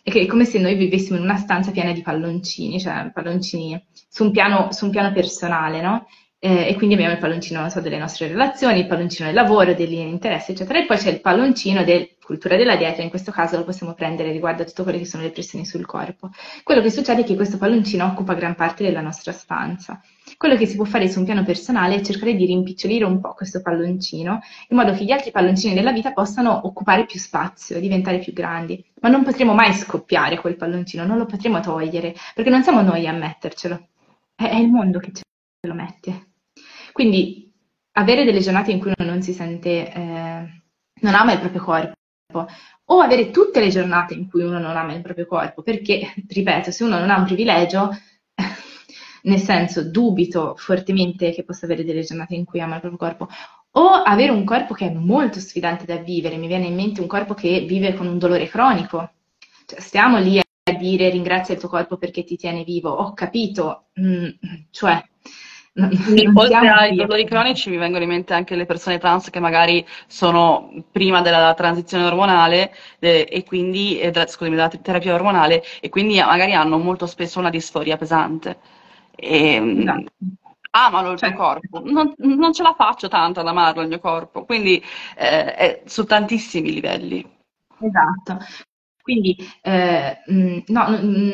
è che è come se noi vivessimo in una stanza piena di palloncini, cioè palloncini su un piano personale, no? E quindi abbiamo il palloncino, non so, delle nostre relazioni, il palloncino del lavoro, degli interessi, eccetera, e poi c'è il palloncino del cultura della dieta, in questo caso lo possiamo prendere riguardo a tutte quelle che sono le pressioni sul corpo. Quello che succede è che questo palloncino occupa gran parte della nostra stanza. Quello che si può fare su un piano personale è cercare di rimpicciolire un po' questo palloncino, in modo che gli altri palloncini della vita possano occupare più spazio, diventare più grandi. Ma non potremo mai scoppiare quel palloncino, non lo potremo togliere, perché non siamo noi a mettercelo, è il mondo che ce lo mette. Quindi avere delle giornate in cui uno non si sente, non ama il proprio corpo, o avere tutte le giornate in cui uno non ama il proprio corpo, perché, ripeto, se uno non ha un privilegio, nel senso dubito fortemente che possa avere delle giornate in cui ama il proprio corpo, o avere un corpo che è molto sfidante da vivere, mi viene in mente un corpo che vive con un dolore cronico, cioè, stiamo lì a dire ringrazia il tuo corpo perché ti tiene vivo, ho capito, cioè non Oltre siamo ai qui a... dolori cronici mi vengono in mente anche le persone trans che magari sono prima della transizione ormonale e quindi, scusami, della terapia ormonale e quindi magari hanno molto spesso una disforia pesante. E, Esatto. amano il Cioè, tuo corpo. Non ce la faccio tanto ad amarlo il mio corpo, quindi è su tantissimi livelli. esatto. Quindi, no,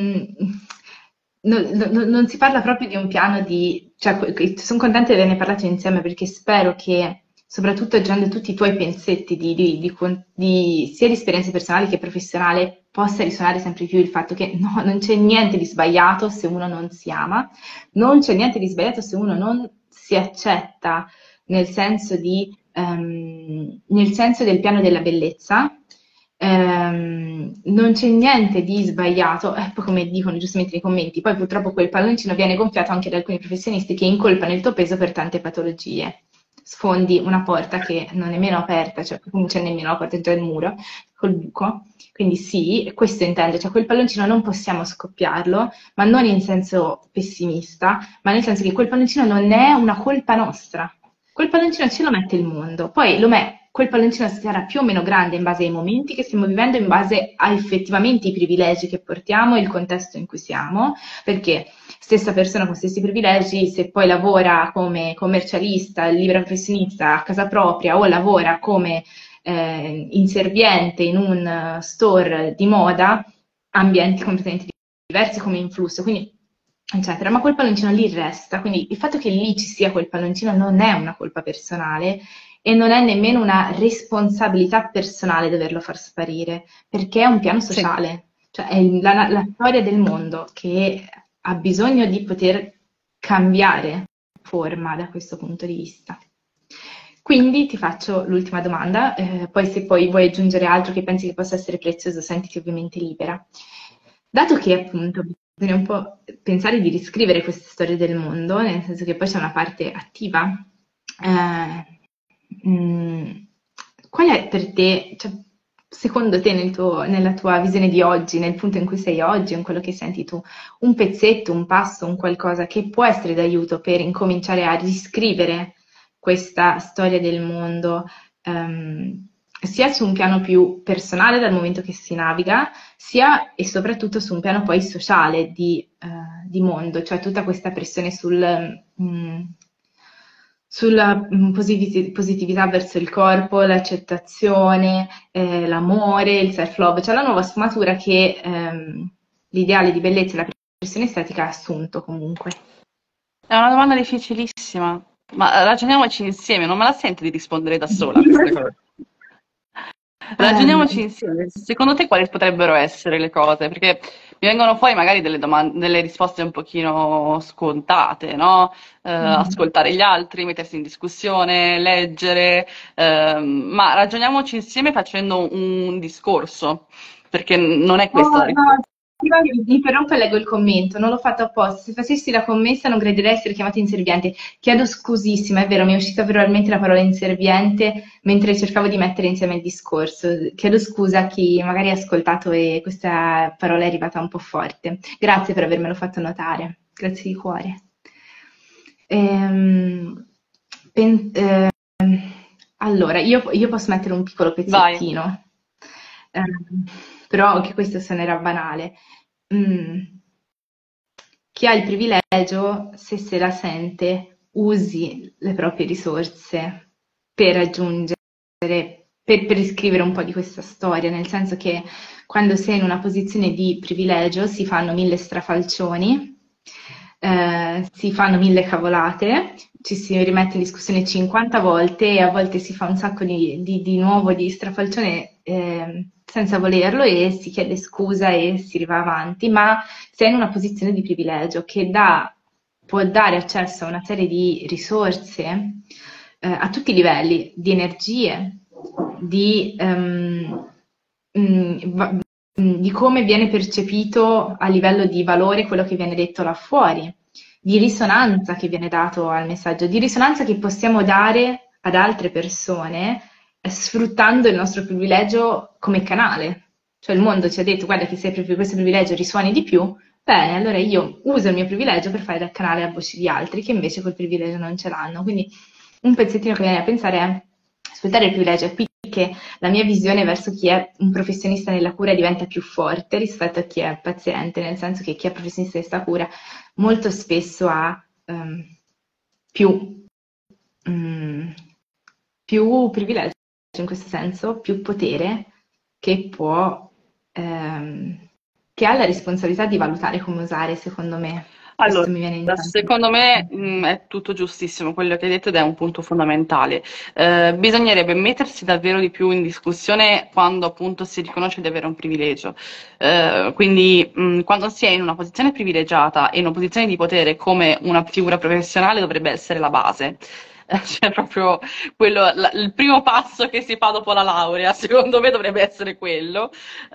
non si parla proprio di un piano di... Cioè, sono contenta di averne parlato insieme perché spero che, soprattutto aggiungendo tutti i tuoi pensetti sia di esperienze personali che professionali, possa risuonare sempre più il fatto che no, non c'è niente di sbagliato se uno non si ama, non c'è niente di sbagliato se uno non si accetta nel senso nel senso del piano della bellezza. Non c'è niente di sbagliato, poi come dicono giustamente nei commenti, poi purtroppo quel palloncino viene gonfiato anche da alcuni professionisti che incolpano il tuo peso per tante patologie. Sfondi una porta che non è nemmeno aperta, cioè non c'è nemmeno la porta, è già il muro col buco. Quindi sì, questo intendo, cioè quel palloncino non possiamo scoppiarlo, ma non in senso pessimista, ma nel senso che quel palloncino non è una colpa nostra. Quel palloncino ce lo mette il mondo, poi quel palloncino sarà più o meno grande in base ai momenti che stiamo vivendo, in base a effettivamente i privilegi che portiamo e il contesto in cui siamo, perché stessa persona con stessi privilegi, se poi lavora come commercialista, libera professionista a casa propria o lavora come inserviente in un store di moda, ambienti completamente diversi come influsso, quindi eccetera, ma quel palloncino lì resta, quindi il fatto che lì ci sia quel palloncino non è una colpa personale e non è nemmeno una responsabilità personale doverlo far sparire, perché è un piano Sì. sociale, cioè è la storia del mondo che ha bisogno di poter cambiare forma da questo punto di vista. Quindi ti faccio l'ultima domanda, poi se poi vuoi aggiungere altro che pensi che possa essere prezioso, sentiti ovviamente libera. Dato che appunto bisogna un po' pensare di riscrivere queste storie del mondo, nel senso che poi c'è una parte attiva, mm, qual è per te, cioè, secondo te nella tua visione di oggi, nel punto in cui sei oggi, in quello che senti tu, un pezzetto, un passo, un qualcosa che può essere d'aiuto per incominciare a riscrivere questa storia del mondo, sia su un piano più personale dal momento che si naviga, sia e soprattutto su un piano poi sociale di mondo, cioè tutta questa pressione sulla positività verso il corpo, l'accettazione, l'amore, il self-love, cioè la nuova sfumatura che l'ideale di bellezza e la pressione estetica ha assunto comunque. È una domanda difficilissima, ma ragioniamoci insieme, non me la sento di rispondere da sola a queste cose. Ragioniamoci Ehm, insieme. Secondo te quali potrebbero essere le cose? Perché mi vengono fuori magari delle domande, delle risposte un pochino scontate, no? Ascoltare gli altri, mettersi in discussione, leggere, ma ragioniamoci insieme facendo un discorso, perché non è No, questa la no, risposta. prima che mi interrompo e leggo il commento, non l'ho fatto apposta. Se facessi la commessa non crederei essere chiamato inserviente. Chiedo scusissima, è vero, mi è uscita verbalmente la parola inserviente mentre cercavo di mettere insieme il discorso. Chiedo scusa a chi magari ha ascoltato e questa parola è arrivata un po' forte. Grazie per avermelo fatto notare, grazie di cuore. Ehm, pen- ehm, allora, io posso mettere un piccolo Vai. pezzettino. Ehm, però anche questo suonerà banale. Mm. Chi ha il privilegio, se la sente, usi le proprie risorse per raggiungere, per riscrivere un po' di questa storia, nel senso che quando sei in una posizione di privilegio si fanno 1000 strafalcioni, si fanno 1000 cavolate, ci si rimette in discussione 50 volte e a volte si fa un sacco di nuovo di strafalcione senza volerlo e si chiede scusa e si va avanti, ma sei in una posizione di privilegio che può dare accesso a una serie di risorse a tutti i livelli, di energie, di, di come viene percepito a livello di valore quello che viene detto là fuori, di risonanza che viene dato al messaggio, di risonanza che possiamo dare ad altre persone sfruttando il nostro privilegio come canale. Cioè il mondo ci ha detto, guarda che se proprio questo privilegio risuoni di più, bene, allora io uso il mio privilegio per fare da canale a voci di altri che invece quel privilegio non ce l'hanno. Quindi un pezzettino che viene a pensare è sfruttare il privilegio. È qui che la mia visione verso chi è un professionista nella cura diventa più forte rispetto a chi è paziente, nel senso che chi è professionista di questa cura molto spesso ha più, più privilegio in questo senso, più potere che può, che ha la responsabilità di valutare come usare, secondo me. Allora, Questo mi viene in mente. secondo me è tutto giustissimo quello che hai detto ed è un punto fondamentale. Bisognerebbe mettersi davvero di più in discussione quando appunto si riconosce di avere un privilegio. Quindi quando si è in una posizione privilegiata e in una posizione di potere come una figura professionale dovrebbe essere la base. Cioè, proprio quello, il primo passo che si fa dopo la laurea, secondo me dovrebbe essere quello,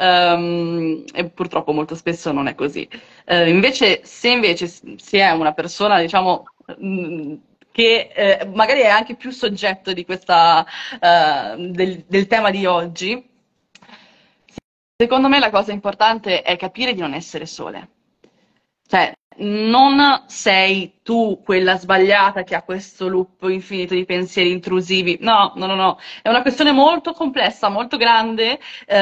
e purtroppo molto spesso non è così. Invece, se invece si è una persona, diciamo, che magari è anche più soggetto di questa, del tema di oggi, secondo me la cosa importante è capire di non essere sole. Cioè, non sei tu quella sbagliata che ha questo loop infinito di pensieri intrusivi. No, no, no, no. È una questione molto complessa, molto grande,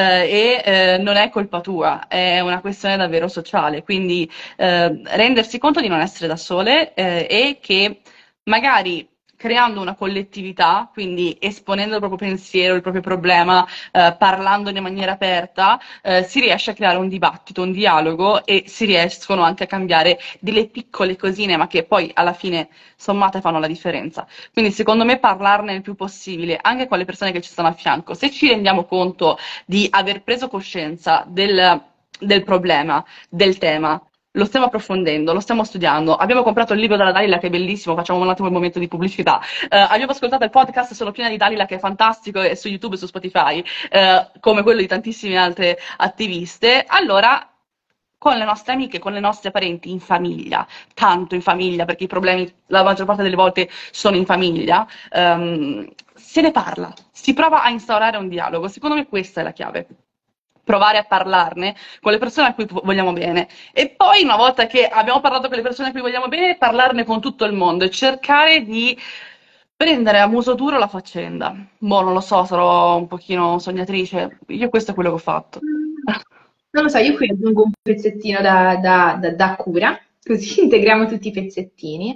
non è colpa tua, è una questione davvero sociale. Quindi rendersi conto di non essere da sole, e che magari creando una collettività, quindi esponendo il proprio pensiero, il proprio problema, parlandone in maniera aperta, si riesce a creare un dibattito, un dialogo e si riescono anche a cambiare delle piccole cosine, ma che poi alla fine sommate fanno la differenza. Quindi secondo me parlarne il più possibile, anche con le persone che ci stanno a fianco, se ci rendiamo conto di aver preso coscienza del problema, del tema, lo stiamo approfondendo, lo stiamo studiando. Abbiamo comprato il libro della Dalila che è bellissimo, facciamo un attimo il momento di pubblicità. Abbiamo ascoltato il podcast Sono piena di Dalila che è fantastico, è su YouTube e su Spotify, come quello di tantissime altre attiviste. Allora, con le nostre amiche, con le nostre parenti, in famiglia, tanto in famiglia, perché i problemi la maggior parte delle volte sono in famiglia, se ne parla, si prova a instaurare un dialogo. Secondo me questa è la chiave. Provare a parlarne con le persone a cui vogliamo bene e poi una volta che abbiamo parlato con le persone a cui vogliamo bene parlarne con tutto il mondo e cercare di prendere a muso duro la faccenda. Boh, non lo so, sarò un pochino sognatrice, io questo è quello che ho fatto. Non lo so, io qui aggiungo un pezzettino da cura, così integriamo tutti i pezzettini.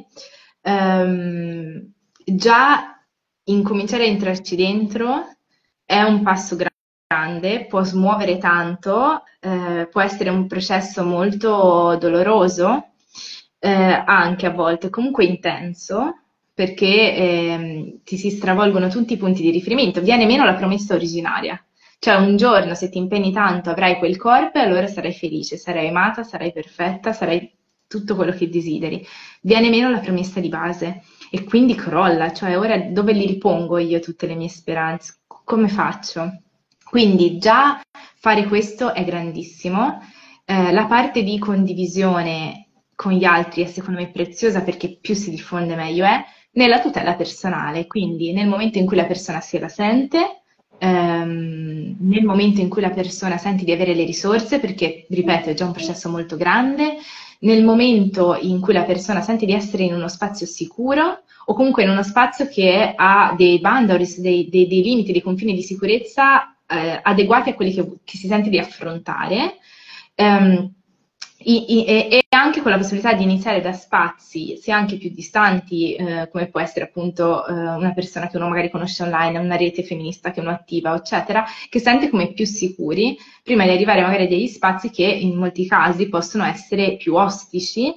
Già incominciare a entrarci dentro è un passo grande, può smuovere tanto, può essere un processo molto doloroso, anche a volte, comunque intenso, perché ti si stravolgono tutti i punti di riferimento, viene meno la promessa originaria. Cioè un giorno se ti impegni tanto avrai quel corpo e allora sarai felice, sarai amata, sarai perfetta, sarai tutto quello che desideri. Viene meno la premessa di base e quindi crolla, cioè ora dove li ripongo io tutte le mie speranze? Come faccio? Quindi già fare questo è grandissimo. La parte di condivisione con gli altri è secondo me preziosa perché più si diffonde meglio è nella tutela personale, quindi nel momento in cui la persona se la sente, nel momento in cui la persona sente di avere le risorse, perché, ripeto, è già un processo molto grande, nel momento in cui la persona sente di essere in uno spazio sicuro o comunque in uno spazio che ha dei boundaries, dei limiti, dei confini di sicurezza adeguati a quelli che si sente di affrontare. E anche con la possibilità di iniziare da spazi, sia anche più distanti, come può essere appunto una persona che uno magari conosce online, una rete femminista che uno attiva, eccetera, che sente come più sicuri, prima di arrivare magari a degli spazi che in molti casi possono essere più ostici,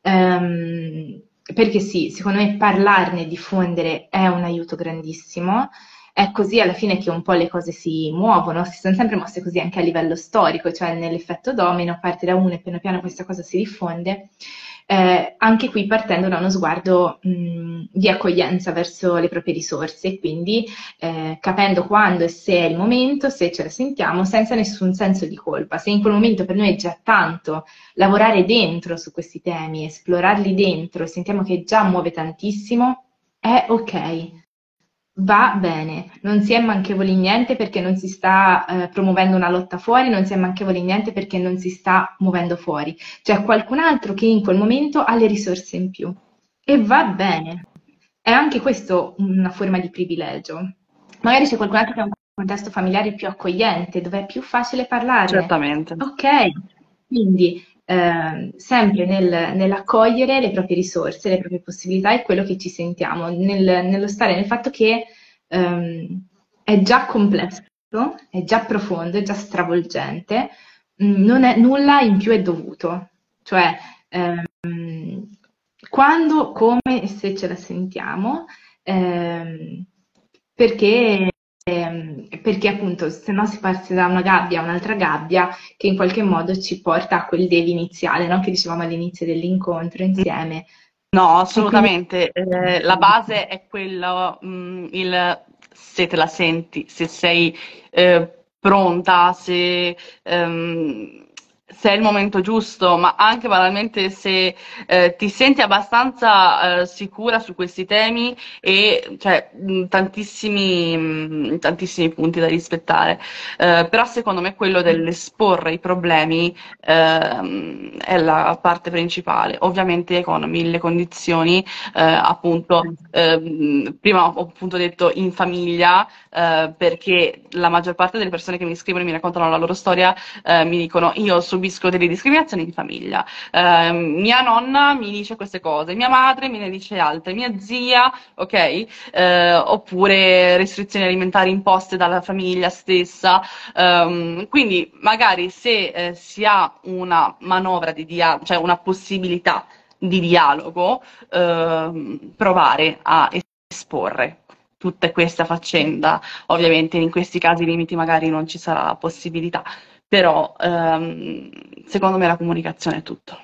perché sì, secondo me parlarne, diffondere è un aiuto grandissimo. È così alla fine che un po' le cose si muovono, si sono sempre mosse così anche a livello storico, cioè nell'effetto domino, parte da uno e piano piano questa cosa si diffonde, anche qui partendo da uno sguardo di accoglienza verso le proprie risorse, quindi capendo quando e se è il momento, se ce la sentiamo, senza nessun senso di colpa. Se in quel momento per noi è già tanto lavorare dentro su questi temi, esplorarli dentro, e sentiamo che già muove tantissimo, è ok. Va bene, non si è manchevoli in niente perché non si sta promuovendo una lotta fuori, non si è manchevoli in niente perché non si sta muovendo fuori. C'è qualcun altro che in quel momento ha le risorse in più e va bene. È anche questo una forma di privilegio. Magari c'è qualcun altro che ha un contesto familiare più accogliente, dove è più facile parlarne. Certamente. Ok, quindi sempre nell'accogliere le proprie risorse, le proprie possibilità e quello che ci sentiamo, nello stare nel fatto che è già complesso, è già profondo, è già stravolgente, non è, nulla in più è dovuto. Cioè, quando, come e se ce la sentiamo, ehm, perché, perché appunto se no si parte da una gabbia a un'altra gabbia che in qualche modo ci porta a quel devi iniziale, no? Che dicevamo all'inizio dell'incontro insieme. No, E quindi assolutamente. La base è quella, il se te la senti, se sei pronta, se è il momento giusto, ma anche banalmente se ti senti abbastanza sicura su questi temi e cioè, tantissimi punti da rispettare. Però secondo me quello dell'esporre i problemi è la parte principale, ovviamente con mille condizioni, appunto, prima ho appunto detto in famiglia, perché la maggior parte delle persone che mi scrivono e mi raccontano la loro storia, mi dicono io subisco delle discriminazioni di famiglia, mia nonna mi dice queste cose, mia madre me ne dice altre, mia zia, ok? Oppure restrizioni alimentari imposte dalla famiglia stessa. Quindi magari se si ha una manovra di dialogo, cioè una possibilità di dialogo, provare a esporre tutta questa faccenda. Ovviamente in questi casi limiti magari non ci sarà la possibilità, però secondo me la comunicazione è tutto.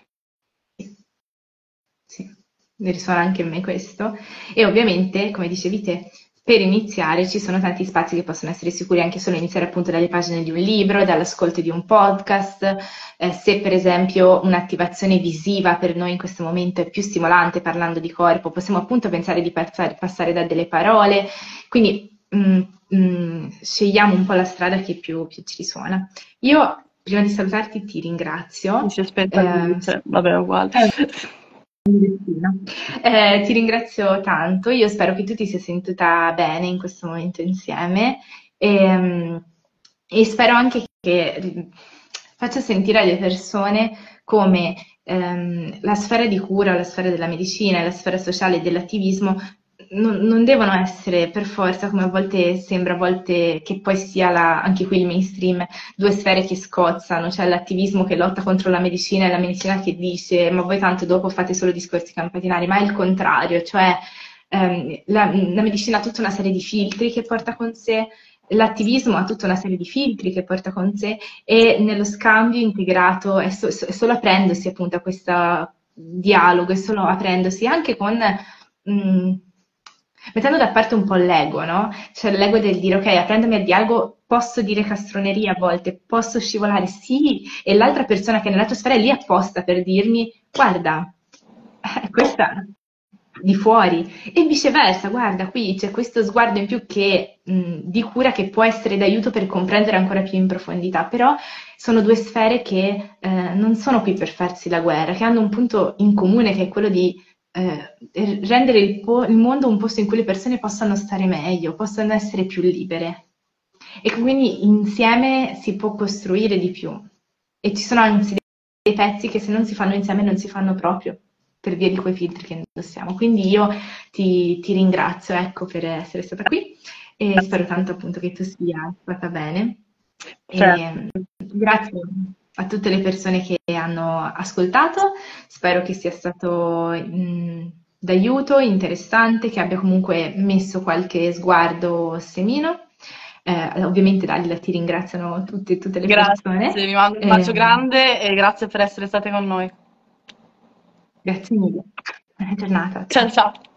sì, mi risuona anche a me questo. E ovviamente, come dicevi te, per iniziare ci sono tanti spazi che possono essere sicuri anche solo iniziare appunto dalle pagine di un libro, dall'ascolto di un podcast. Se per esempio un'attivazione visiva per noi in questo momento è più stimolante parlando di corpo, possiamo appunto pensare di passare da delle parole. Quindi scegliamo un po' la strada che più ci risuona. Io, prima di salutarti, ti Mi ringrazio. si è spenta la luce, vabbè, uguale. Ti ringrazio tanto, io spero che tu ti sia sentita bene in questo momento insieme e spero anche che faccia sentire alle persone come la sfera di cura, la sfera della medicina e la sfera sociale dell'attivismo non devono essere per forza, come a volte sembra, a volte che poi sia anche qui il mainstream, due sfere che scozzano, cioè l'attivismo che lotta contro la medicina e la medicina che dice ma voi tanto dopo fate solo discorsi campatinari, ma è il contrario, cioè la medicina ha tutta una serie di filtri che porta con sé, l'attivismo ha tutta una serie di filtri che porta con sé e nello scambio integrato è solo aprendosi appunto a questo dialogo e solo aprendosi anche con mettendo da parte un po' l'ego, no? Cioè l'ego del dire, ok, aprendomi al dialogo, posso dire castronerie a volte, posso scivolare, sì, e l'altra persona che è nella tua sfera è lì apposta per dirmi, guarda, questa di fuori, e viceversa, guarda, qui c'è questo sguardo in più di cura che può essere d'aiuto per comprendere ancora più in profondità, però sono due sfere che non sono qui per farsi la guerra, che hanno un punto in comune che è quello di rendere il mondo un posto in cui le persone possano stare meglio, possano essere più libere. e quindi insieme si può costruire di più. E ci sono anzi dei pezzi che se non si fanno insieme non si fanno proprio, per via di quei filtri che indossiamo. Quindi io ti ringrazio, ecco, per essere stata qui e spero tanto appunto che tu sia stata bene. Certo. E grazie a tutte le persone che hanno ascoltato, spero che sia stato d'aiuto, interessante, che abbia comunque messo qualche sguardo semino. Ovviamente Dalila ti ringraziano tutte le Grazie, persone. vi mando un bacio grande e grazie per essere state con noi. Grazie mille. Buona giornata. Ciao Ciao. ciao.